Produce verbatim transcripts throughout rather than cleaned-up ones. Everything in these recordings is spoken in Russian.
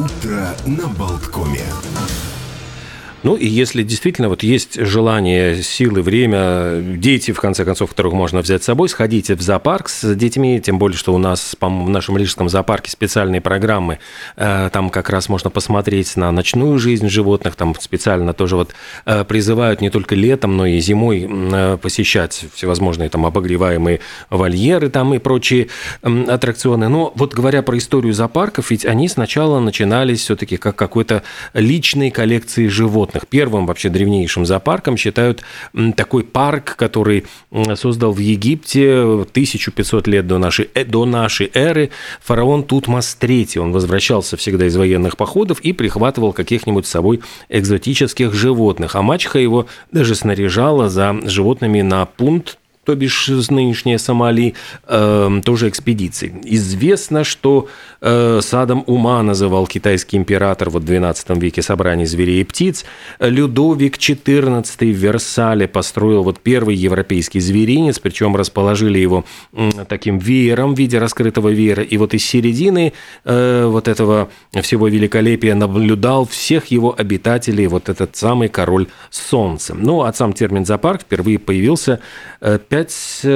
Утро на Болткоме. Ну, и если действительно вот есть желание, силы, время, дети, в конце концов, которых можно взять с собой, сходите в зоопарк с детьми, тем более, что у нас, по-моему, в нашем Рижском зоопарке специальные программы, там как раз можно посмотреть на ночную жизнь животных, там специально тоже вот призывают не только летом, но и зимой посещать всевозможные там обогреваемые вольеры там и прочие аттракционы. Но вот говоря про историю зоопарков, ведь они сначала начинались все-таки как какой-то личной коллекции животных. Первым вообще древнейшим зоопарком считают такой парк, который создал в Египте тысяча пятьсот лет до нашей, до нашей эры фараон Тутмос третий. Он возвращался всегда из военных походов и прихватывал каких-нибудь с собой экзотических животных. А мачеха его даже снаряжала за животными на пункт, то бишь нынешняя Сомали, э, тоже экспедиции. Известно, что э, садом ума называл китайский император вот в двенадцатом веке собрание зверей и птиц. Людовик четырнадцатый в Версале построил вот первый европейский зверинец, причем расположили его э, таким веером в виде раскрытого веера. И вот из середины э, вот этого всего великолепия наблюдал всех его обитателей вот этот самый король солнца. Ну, а сам термин «зоопарк» впервые появился э, пять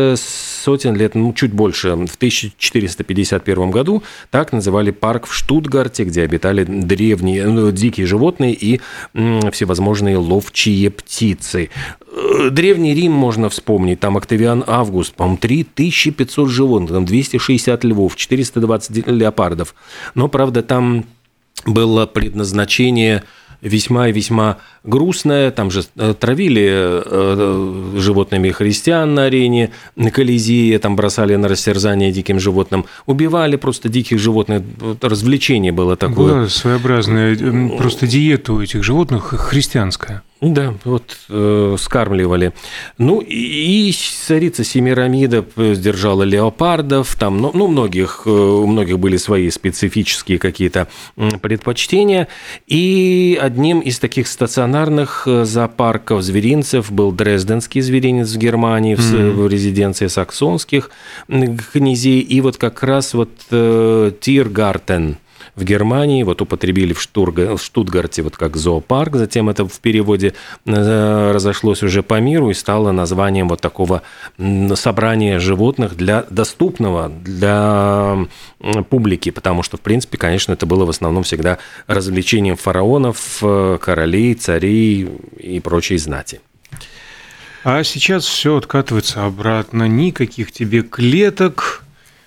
сотен лет, ну, чуть больше, в тысяча четыреста пятьдесят первом году так называли парк в Штутгарте, где обитали древние, ну, дикие животные и м, всевозможные ловчие птицы. Древний Рим можно вспомнить, там Октавиан Август, по-моему, три тысячи пятьсот животных, там двести шестьдесят львов, четыреста двадцать леопардов. Но, правда, там было предназначение весьма и весьма грустная, там же травили животными христиан на арене, на Колизее, там бросали на растерзание диким животным, убивали просто диких животных, развлечение было такое. Была своеобразная просто диета у этих животных христианская. Да, вот э, скармливали. Ну, и, и царица Семирамида держала леопардов, там, ну, ну многих, у многих были свои специфические какие-то предпочтения, и одним из таких стационарных зоопарков зверинцев был Дрезденский зверинец в Германии, mm-hmm. в, в резиденции саксонских князей, и вот как раз вот э, Тиргартен в Германии, вот употребили в, Штурга, в Штутгарте вот как зоопарк, затем это в переводе разошлось уже по миру и стало названием вот такого собрания животных для доступного для публики, потому что, в принципе, конечно, это было в основном всегда развлечением фараонов, королей, царей и прочей знати. А сейчас все откатывается обратно, никаких тебе клеток.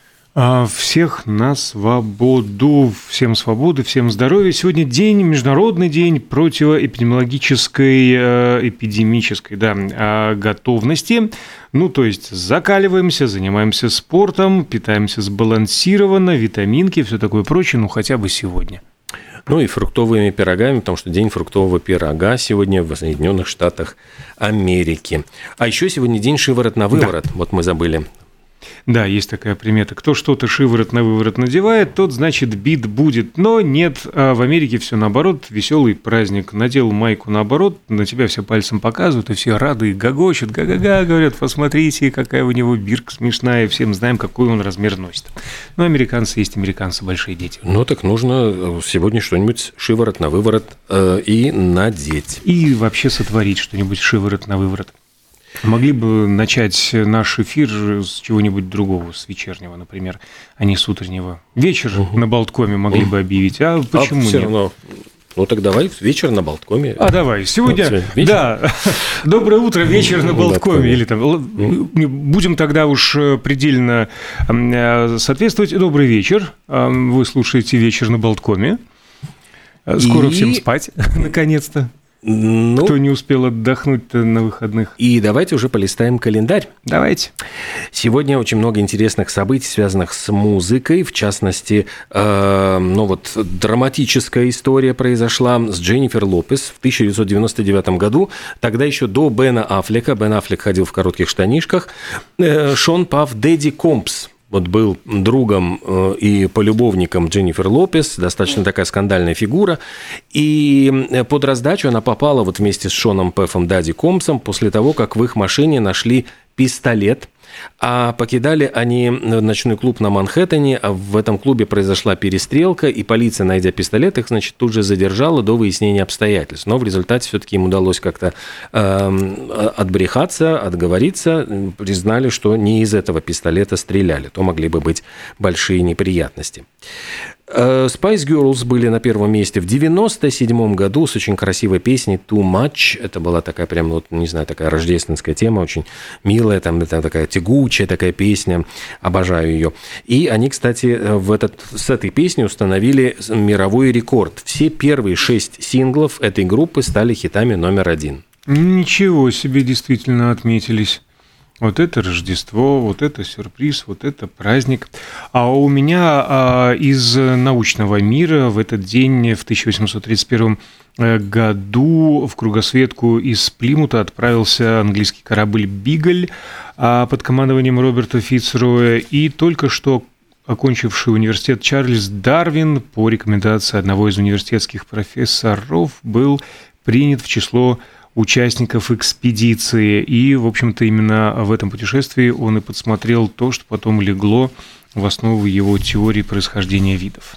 Всех на свободу, всем свободы, всем здоровья. Сегодня день, международный день противоэпидемиологической, эпидемической, да, готовности. Ну, то есть закаливаемся, занимаемся спортом, питаемся сбалансированно, витаминки, все такое прочее, ну, хотя бы сегодня. Ну и фруктовыми пирогами, потому что день фруктового пирога сегодня в Соединенных Штатах Америки. А еще сегодня день шиворот на выворот, да. Вот мы забыли. Да, есть такая примета. Кто что-то шиворот на выворот надевает, тот, значит, бит будет. Но нет, а в Америке все наоборот, веселый праздник. Надел майку наоборот, на тебя все пальцем показывают, и все рады, гогочут, га-га-га, говорят, посмотрите, какая у него бирка смешная, всем знаем, какой он размер носит. Но американцы есть американцы, большие дети. Ну, так нужно сегодня что-нибудь шиворот на выворот э, и надеть. И вообще сотворить что-нибудь шиворот на выворот. Могли бы начать наш эфир с чего-нибудь другого, с вечернего, например, а не с утреннего. Вечер угу. на Болткоме могли бы объявить, а почему а все нет? Равно. Ну так давай вечер на Болткоме. А давай, сегодня, вот, да, доброе утро, вечер на Болткоме. Или там, будем тогда уж предельно соответствовать. Добрый вечер, вы слушаете вечер на Болткоме. Скоро И... всем спать, наконец-то. Ну, кто не успел отдохнуть на выходных. И давайте уже полистаем календарь. Давайте. Сегодня очень много интересных событий, связанных с музыкой. В частности, э, ну вот драматическая история произошла с Дженнифер Лопес в тысяча девятьсот девяносто девятом году. Тогда еще до Бена Аффлека. Бен Аффлек ходил в коротких штанишках. Э, Шон Пафф Дэдди Компс вот был другом и полюбовником Дженнифер Лопес, достаточно такая скандальная фигура, и под раздачу она попала вот вместе с Шоном Пэффом Дэдди Компсом после того, как в их машине нашли «Пистолет». А покидали они ночной клуб на Манхэттене, а в этом клубе произошла перестрелка, и полиция, найдя пистолет, их, значит, тут же задержала до выяснения обстоятельств. Но в результате все-таки им удалось как-то э, отбрехаться, отговориться, признали, что не из этого пистолета стреляли, то могли бы быть большие неприятности. Spice Girls были на первом месте в девяносто седьмом году с очень красивой песней «Too Much». Это была такая прям, вот, не знаю, такая рождественская тема, очень милая, там, там такая тягучая такая песня, обожаю ее. И они, кстати, в этот, с этой песней установили мировой рекорд. Все первые шесть синглов этой группы стали хитами номер один. Ничего себе, действительно отметились. Вот это Рождество, вот это сюрприз, вот это праздник. А у меня а, из научного мира в этот день, в тысяча восемьсот тридцать первом году, в кругосветку из Плимута отправился английский корабль «Бигль» а, под командованием Роберта Фицроя, и только что окончивший университет Чарльз Дарвин по рекомендации одного из университетских профессоров был принят в число участников экспедиции. И, в общем-то, именно в этом путешествии он и подсмотрел то, что потом легло в основу его теории происхождения видов.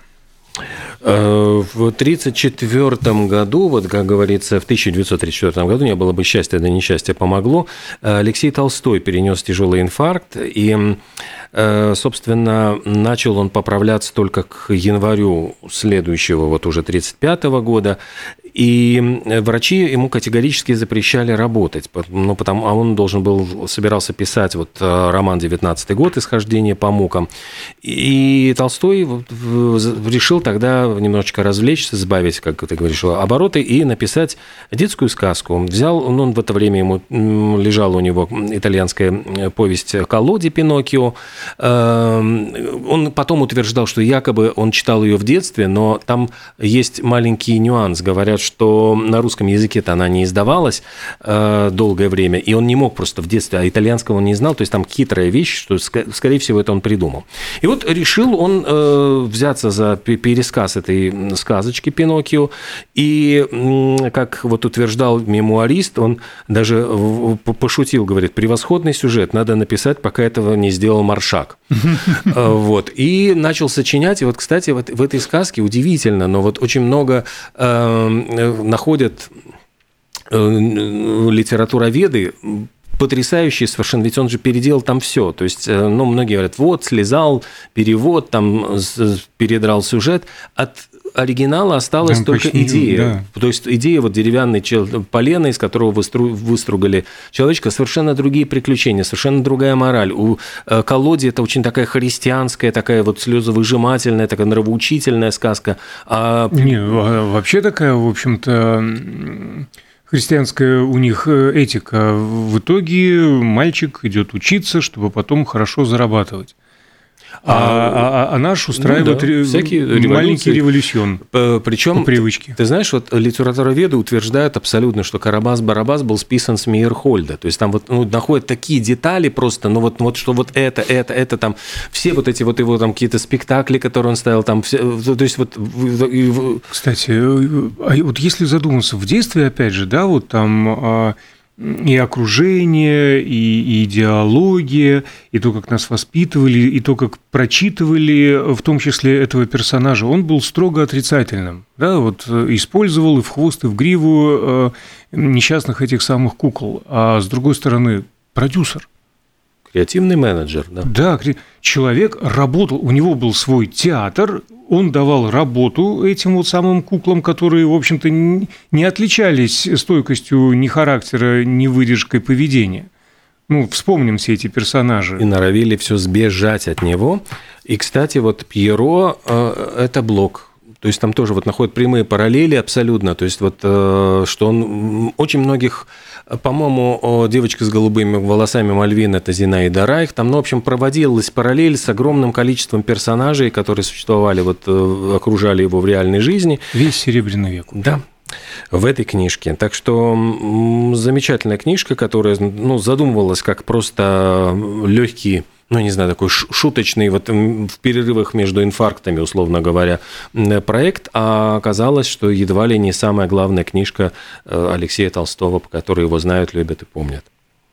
В тридцать четвёртом году, вот как говорится, в тысяча девятьсот тридцать четвёртом году, не было бы счастья, да несчастье помогло, Алексей Толстой перенес тяжелый инфаркт, и, собственно, начал он поправляться только к январю следующего, вот уже тридцать пятого года, и врачи ему категорически запрещали работать, ну, потому, а он должен был, собирался писать вот роман «девятнадцатый год. Исхождение по мукам», и Толстой решил тогда немножечко развлечься, сбавить, как ты говоришь, обороты и написать детскую сказку. Взял, он в это время, ему лежала у него итальянская повесть «Колоде» Пиноккио. Он потом утверждал, что якобы он читал ее в детстве, но там есть маленький нюанс. Говорят, что на русском языке-то она не издавалась долгое время, и он не мог просто в детстве, а итальянского он не знал, то есть там хитрая вещь, что, скорее всего, это он придумал. И вот решил он взяться за пересказ этой сказочки Пиноккио, и, как вот утверждал мемуарист, он даже пошутил, говорит, превосходный сюжет, надо написать, пока этого не сделал Маршак. Вот. И начал сочинять, и вот, кстати, вот в этой сказке удивительно, но вот очень много находят литературоведы, потрясающий совершенно, ведь он же переделал там все. То есть, ну, многие говорят, вот, слезал, перевод, там, передрал сюжет. От оригинала осталась там только почти, идея. Да. То есть, идея вот деревянной полена, из которого выстру, выстругали человечка, совершенно другие приключения, совершенно другая мораль. У «Колоде» это очень такая христианская, такая вот слезовыжимательная, такая нравоучительная сказка. А... Не, вообще такая, в общем-то... Христианская у них этика. В итоге мальчик идет учиться, чтобы потом хорошо зарабатывать. А, а, а наш устраивает ну, да, ре... маленький революцион. Причем, по привычке. Ты знаешь, вот литературоведы утверждают абсолютно, что Карабас-Барабас был списан с Мейерхольда. То есть там вот ну, находят такие детали просто, ну вот, вот что вот это, это, это там, все вот эти вот его там какие-то спектакли, которые он ставил там, все, то есть вот... Кстати, вот если задуматься, в детстве, опять же, да, вот там... И окружение, и, и идеология, и то, как нас воспитывали, и то, как прочитывали, в том числе этого персонажа, он был строго отрицательным. Да, вот использовал и в хвост, и в гриву несчастных этих самых кукол. А с другой стороны, продюсер. Креативный менеджер, да. Да, человек работал, у него был свой театр, он давал работу этим вот самым куклам, которые, в общем-то, не отличались стойкостью ни характера, ни выдержкой поведения. Ну, вспомним все эти персонажи. И норовили все сбежать от него. И, кстати, вот Пьеро – это Блок. То есть там тоже вот находят прямые параллели абсолютно. То есть вот что он очень многих, по-моему, девочка с голубыми волосами Мальвин – это Зинаида Райх. Там, ну, в общем, проводилась параллель с огромным количеством персонажей, которые существовали, вот окружали его в реальной жизни. Весь Серебряный век. Да. В этой книжке. Так что замечательная книжка, которая ну, задумывалась как просто легкий, ну, не знаю, такой шуточный вот в перерывах между инфарктами, условно говоря, проект, а оказалось, что едва ли не самая главная книжка Алексея Толстого, по которой его знают, любят и помнят.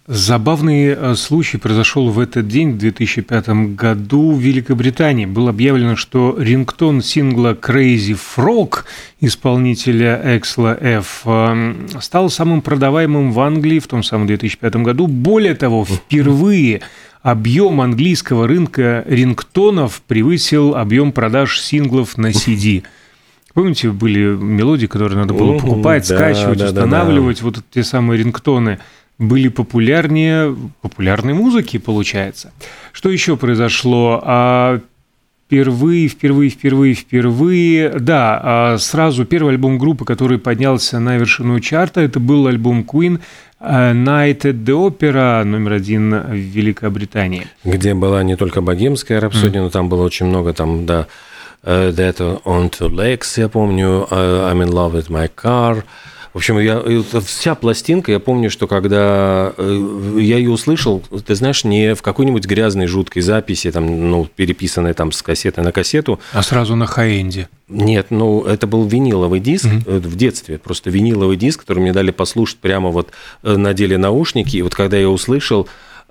Забавный случай произошел в этот день, в две тысячи пятом году в Великобритании. Было объявлено, что рингтон сингла Crazy Frog исполнителя Эксла Ф стал самым продаваемым в Англии в том самом две тысячи пятом году. Более того, впервые объем английского рынка рингтонов превысил объем продаж синглов на си ди. Помните, были мелодии, которые надо было покупать, да, скачивать, да, устанавливать, да, да. Вот те самые рингтоны были популярнее популярной музыки, получается. Что еще произошло? А впервые, впервые, впервые, впервые, да, сразу первый альбом группы, который поднялся на вершину чарта, это был альбом Queen Night at the Opera, номер один в Великобритании. Где была не только богемская рапсодия, mm. но там было очень много, там, да, That on two legs, я помню, I'm in love with my car. В общем, я, вся пластинка, я помню, что когда я ее услышал, ты знаешь, не в какой-нибудь грязной, жуткой записи, там, ну, переписанной там с кассеты на кассету. А сразу на хай-энде? Нет, ну, это был виниловый диск mm-hmm. в детстве, просто виниловый диск, который мне дали послушать прямо вот надели наушники, и вот когда я услышал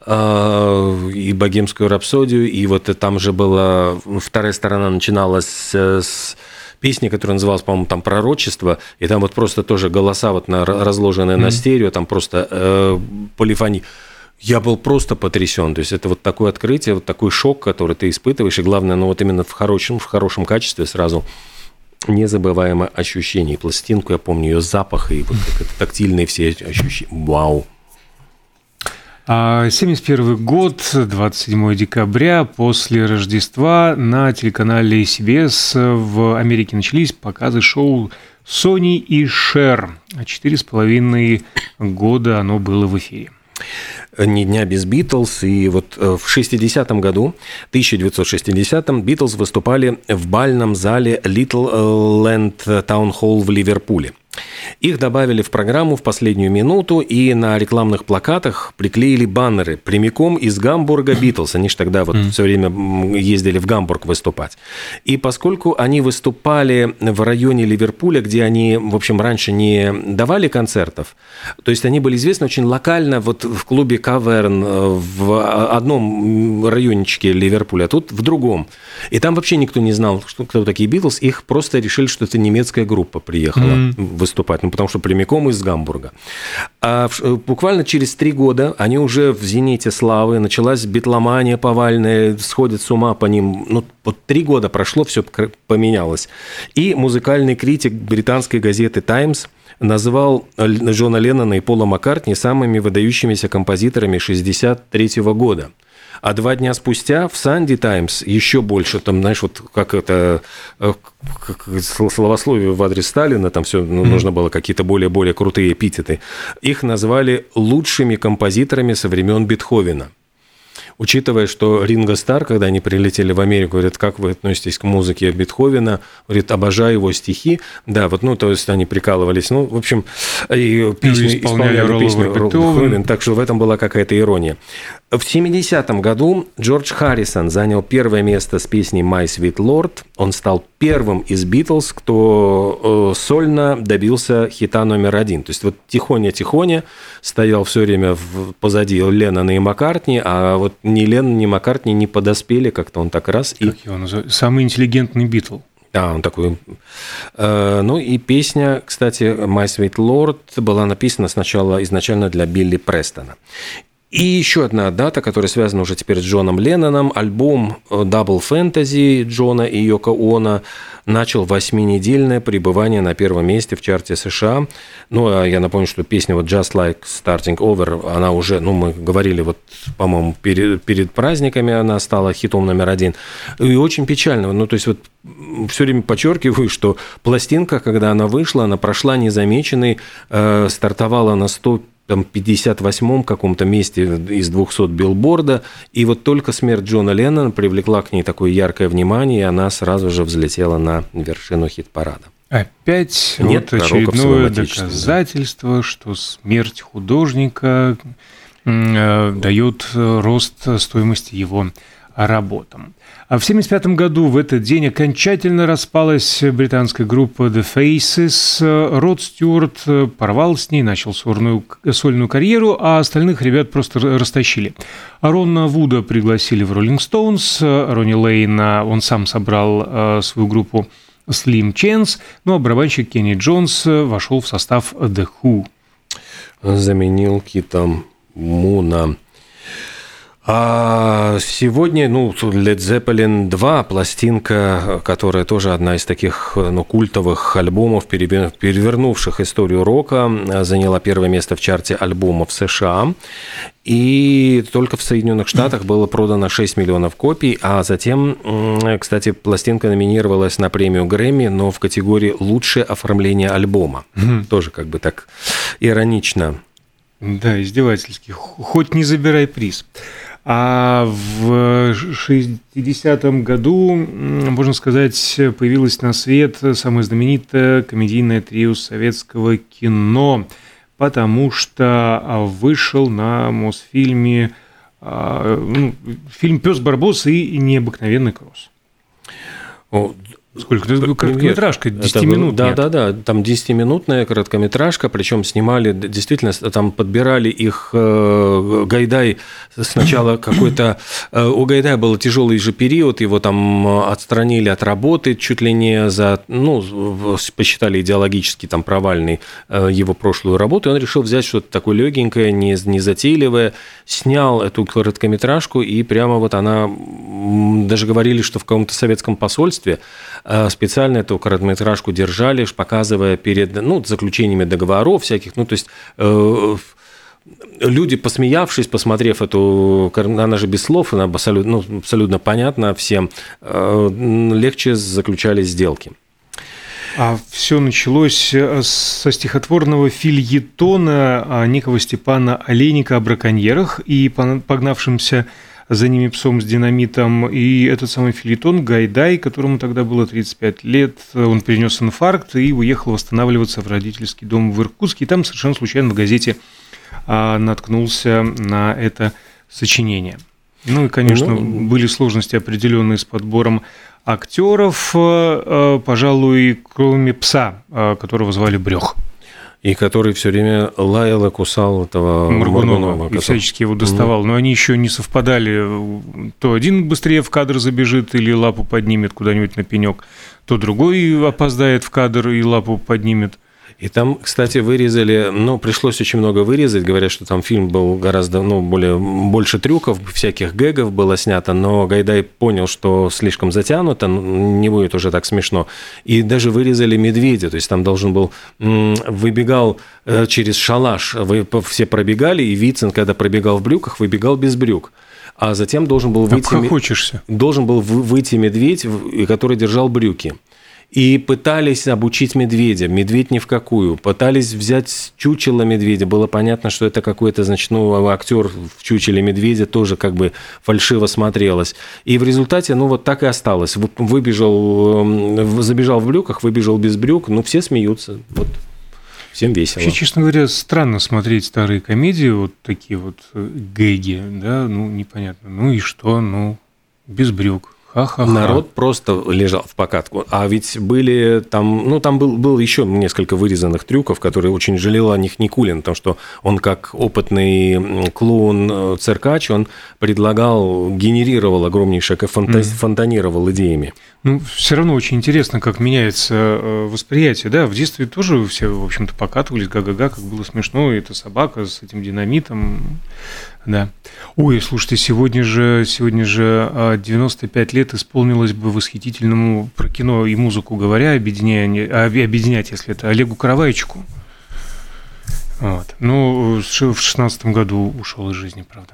и богемскую рапсодию, и вот там же была вторая сторона начиналась с, с песни, которая называлась, по-моему, там «Пророчество», и там вот просто тоже голоса вот на, разложенные mm-hmm. на стерео, там просто э, полифония. Я был просто потрясен. То есть это вот такое открытие, вот такой шок, который ты испытываешь, и главное, ну вот именно в хорошем, в хорошем качестве сразу незабываемое ощущение. И пластинку, я помню, ее запах, и вот тактильные все ощущения. Вау! семьдесят первый год, двадцать седьмого декабря, после Рождества на телеканале си би эс в Америке начались показы шоу Сони и Шер. Четыре с половиной года оно было в эфире. Ни дня без Битлз. И вот в шестидесятом году, тысяча девятьсот шестидесятом, Битлз выступали в бальном зале Little Land Town Hall в Ливерпуле. Их добавили в программу в последнюю минуту, и на рекламных плакатах приклеили баннеры прямиком из Гамбурга Битлз. Они же тогда вот mm. все время ездили в Гамбург выступать. И поскольку они выступали в районе Ливерпуля, где они, в общем, раньше не давали концертов, то есть они были известны очень локально вот в клубе Каверн в одном райончике Ливерпуля, а тут в другом. И там вообще никто не знал, что, кто такие Битлз. Их просто решили, что это немецкая группа приехала mm. выступать, ну, потому что прямиком из Гамбурга. А буквально через три года они уже в зените славы, началась битломания повальная, сходят с ума по ним. Ну, вот три года прошло, все поменялось. И музыкальный критик британской газеты «Таймс» назвал Джона Леннона и Пола Маккартни самыми выдающимися композиторами шестьдесят третьего года. А два дня спустя в Sunday Times еще больше, там, знаешь, вот как это, как словословие в адрес Сталина, там все, ну, нужно было какие-то более-более крутые эпитеты. Их назвали лучшими композиторами со времен Бетховена. Учитывая, что Ринго Стар, когда они прилетели в Америку, говорят, как вы относитесь к музыке Бетховена, говорит, обожаю его стихи. Да, вот, ну, то есть они прикалывались. Ну, в общем, и песню, ну, исполняли, исполняли песню Бетховен, так что в этом была какая-то ирония. В семидесятом году Джордж Харрисон занял первое место с песней «My Sweet Lord». Он стал первым из Битлз, кто э, сольно добился хита номер один. То есть вот тихоня-тихоня стоял все время в, позади Леннона и Маккартни, а вот ни Леннон, ни Маккартни не подоспели, как-то он так раз. Как и... его называют? Самый интеллигентный Битл. Да, он такой. Э, ну и песня, кстати, «My Sweet Lord» была написана сначала изначально для Билли Престона. И еще одна дата, которая связана уже теперь с Джоном Ленноном. Альбом Double Fantasy Джона и Йоко Оно начал восьминедельное пребывание на первом месте в чарте США. Ну, а я напомню, что песня вот Just Like Starting Over, она уже, ну, мы говорили, вот, по-моему, перед, перед праздниками она стала хитом номер один. И очень печально. Ну, то есть вот все время подчеркиваю, что пластинка, когда она вышла, она прошла незамеченной, э, стартовала на сто пятьдесят восьмом каком-то месте из двухсот билборда, и вот только смерть Джона Леннона привлекла к ней такое яркое внимание, и она сразу же взлетела на вершину хит-парада. Опять нет вот очередное доказательство, да, что смерть художника дает рост стоимости его работам. А в семьдесят пятом году в этот день окончательно распалась британская группа The Faces. Род Стюарт порвал с ней, начал сольную, сольную карьеру, а остальных ребят просто растащили. Рона Вуда пригласили в Rolling Stones, Ронни Лейна, он сам собрал свою группу Slim Chance, ну а барабанщик Кенни Джонс вошел в состав The Who. Заменил Кита Муна. А сегодня, ну, Led Zeppelin два, пластинка, которая тоже одна из таких, ну, культовых альбомов, перевернувших историю рока, заняла первое место в чарте альбомов США. И только в Соединенных Штатах было продано шесть миллионов копий, а затем, кстати, пластинка номинировалась на премию Грэмми, но в категории «Лучшее оформление альбома». Mm-hmm. Тоже как бы так иронично. Да, издевательски. Хоть не забирай приз. А в шестидесятом году, можно сказать, появилось на свет самое знаменитое комедийное трио советского кино, потому что вышел на Мосфильме ну, фильм «Пёс Барбос» и «Необыкновенный кросс». Сколько? Это короткометражка, десятиминутная. Да, да, да, там десятиминутная короткометражка, причем снимали, действительно, там подбирали их Гайдай сначала какой-то... У Гайдая был тяжелый же период, его там отстранили от работы чуть ли не за... Ну, посчитали идеологически там провальной его прошлую работу, и он решил взять что-то такое легенькое, незатейливое, снял эту короткометражку, и прямо вот она... Даже говорили, что в каком-то советском посольстве специально эту короткометражку держали, показывая перед, ну, заключениями договоров всяких, ну, то есть э, люди, посмеявшись, посмотрев эту, она же без слов, она абсолютно, ну, абсолютно понятна всем, э, легче заключали сделки. А все началось со стихотворного фельетона некого Степана Олейника о браконьерах и погнавшимся за ними псом с динамитом. И этот самый фельетон Гайдай, которому тогда было тридцать пять лет, он перенес инфаркт и уехал восстанавливаться в родительский дом в Иркутске. И там совершенно случайно в газете наткнулся на это сочинение. Ну и, конечно, ну... были сложности определенные с подбором актеров, пожалуй, кроме пса, которого звали Брёх. И который все время лаял и кусал этого Моргунова, Моргунова, и всячески его доставал. Угу. Но они еще не совпадали. То один быстрее в кадр забежит или лапу поднимет куда-нибудь на пенек, то другой опоздает в кадр и лапу поднимет. И там, кстати, вырезали, ну, пришлось очень много вырезать, говорят, что там фильм был гораздо, ну, более, больше трюков, всяких гэгов было снято, но Гайдай понял, что слишком затянуто, не будет уже так смешно, и даже вырезали медведя, то есть там должен был, выбегал через шалаш, вы все пробегали, и Вицин, когда пробегал в брюках, выбегал без брюк. А затем должен был выйти, должен был выйти медведь, который держал брюки. И пытались обучить медведя, медведь ни в какую. Пытались взять чучело медведя. Было понятно, что это какой-то, значит, ну, актер в чучеле медведя тоже как бы фальшиво смотрелось. И в результате, ну, вот так и осталось. Выбежал, забежал в брюках, выбежал без брюк. Ну, все смеются. Вот. Всем весело. Вообще, честно говоря, странно смотреть старые комедии, вот такие вот гэги, да, ну, непонятно. Ну и что, ну, без брюк. Ха-ха-ха. Народ просто лежал в покатку. А ведь были там, ну, там был, был еще несколько вырезанных трюков, которые очень жалел о них Никулин, потому что он, как опытный клоун-циркач, он предлагал, генерировал огромнейшее, фантаз... mm. фонтанировал идеями. Ну, все равно очень интересно, как меняется восприятие. Да, в детстве тоже все, в общем-то, покатывались, га-га-га, как было смешно, и эта собака с этим динамитом. Да. Ой, слушайте, сегодня же, сегодня же девяносто пять лет исполнилось бы восхитительному, про кино и музыку говоря, объединять, объединять, если это, Олегу Каравайчику. Вот. Ну, в шестнадцатом году ушел из жизни, правда.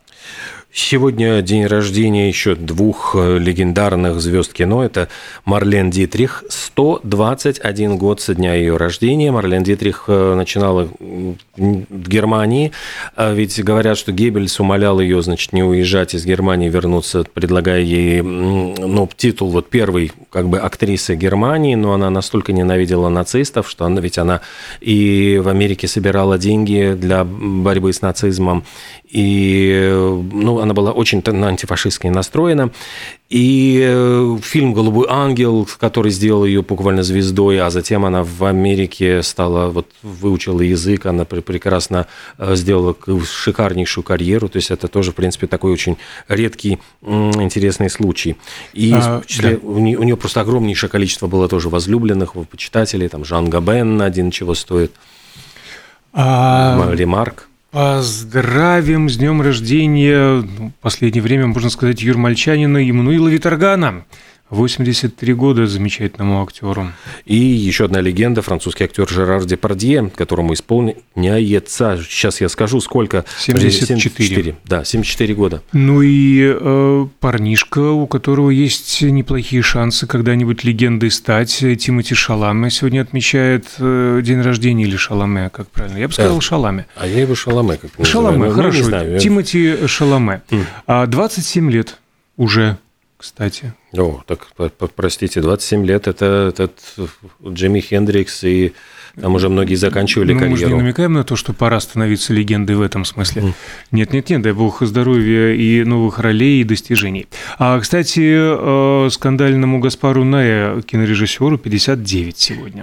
Сегодня день рождения еще двух легендарных звезд кино. Это Марлен Дитрих, сто двадцать один год со дня ее рождения. Марлен Дитрих начинала в Германии, ведь говорят, что Геббельс умолял ее, значит, не уезжать из Германии, вернуться, предлагая ей, ну, титул вот первой как бы актрисы Германии, но она настолько ненавидела нацистов, что она, ведь она и в Америке собирала деньги для борьбы с нацизмом, и ну, она была очень антифашистски настроена. И фильм «Голубой ангел», который сделал ее буквально звездой, а затем она в Америке стала, вот, выучила язык, она прекрасно сделала шикарнейшую карьеру, то есть это тоже, в принципе, такой очень редкий, интересный случай. И а, в числе, да. у, нее, у нее просто огромнейшее количество было тоже возлюбленных, почитателей, там Жан Габен один чего стоит, а... Ремарк. Поздравим с днем рождения, в последнее время, можно сказать, юрмальчанина Эммануила Виторгана. восемьдесят три года замечательному актеру. И еще одна легенда, французский актер Жерар Депардье, которому исполняется, сейчас я скажу, сколько? семьдесят четыре. семьдесят четыре. Да, семьдесят четыре года. Ну и э, парнишка, у которого есть неплохие шансы когда-нибудь легендой стать, Тимоти Шаламе, сегодня отмечает э, день рождения, или Шаламе, как правильно? Я бы сказал да. Шаламе. А я его Шаламе как называю. Шаламе, хорошо. Не знаю. Тимоти Шаламе. Mm. двадцать семь лет уже. Кстати. О, так, простите, двадцать семь лет, это этот Джимми Хендрикс, и там уже многие заканчивали ну, карьеру. Мы же не намекаем на то, что пора становиться легендой в этом смысле. Нет-нет-нет, mm. дай бог здоровья и новых ролей, и достижений. А, кстати, скандальному Гаспару Ноэ, кинорежиссеру, пятьдесят девять сегодня.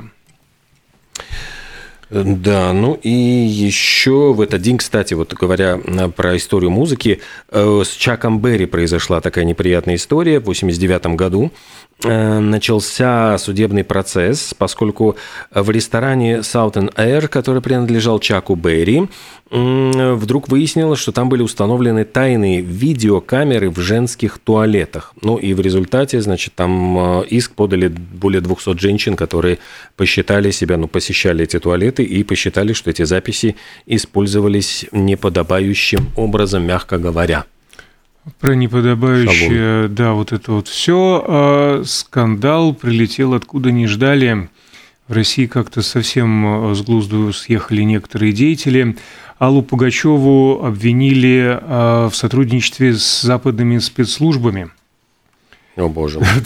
Да, ну и еще в этот день, кстати, вот говоря про историю музыки, с Чаком Берри произошла такая неприятная история. В восемьдесят девятом году начался судебный процесс, поскольку в ресторане Southern Air, который принадлежал Чаку Берри, вдруг выяснилось, что там были установлены тайные видеокамеры в женских туалетах. Ну и в результате, значит, там иск подали более двухсот женщин, которые посчитали себя, ну, посещали эти туалеты и посчитали, что эти записи использовались неподобающим образом, мягко говоря. Про неподобающее, Шалун. Да, вот это вот все. А скандал прилетел откуда не ждали. В России как-то совсем с глузду съехали некоторые деятели. Аллу Пугачеву обвинили в сотрудничестве с западными спецслужбами. О, боже мой.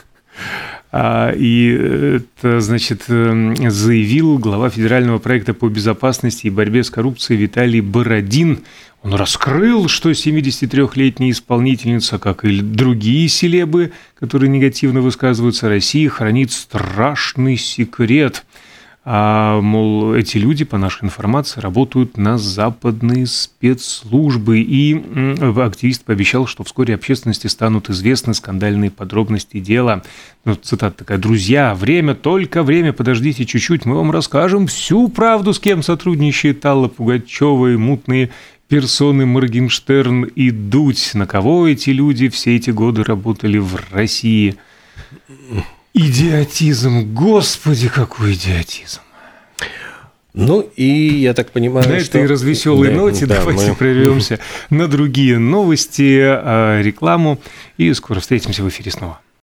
И это, значит, заявил глава федерального проекта по безопасности и борьбе с коррупцией Виталий Бородин. Он раскрыл, что семидесятитрёхлетняя исполнительница, как и другие селебы, которые негативно высказываются о России, хранит страшный секрет. А, мол, эти люди, по нашей информации, работают на западные спецслужбы. И активист пообещал, что вскоре общественности станут известны скандальные подробности дела. Ну, цитата такая: «Друзья, время, только время, подождите чуть-чуть, мы вам расскажем всю правду, с кем сотрудничает Алла Пугачева и мутные персоны Моргенштерн и Дудь. На кого эти люди все эти годы работали в России?» Идиотизм, господи, какой идиотизм. Ну, и я так понимаю, на что... этой развеселой да, ноте да, давайте мы... прервемся на другие новости, рекламу, и скоро встретимся в эфире снова.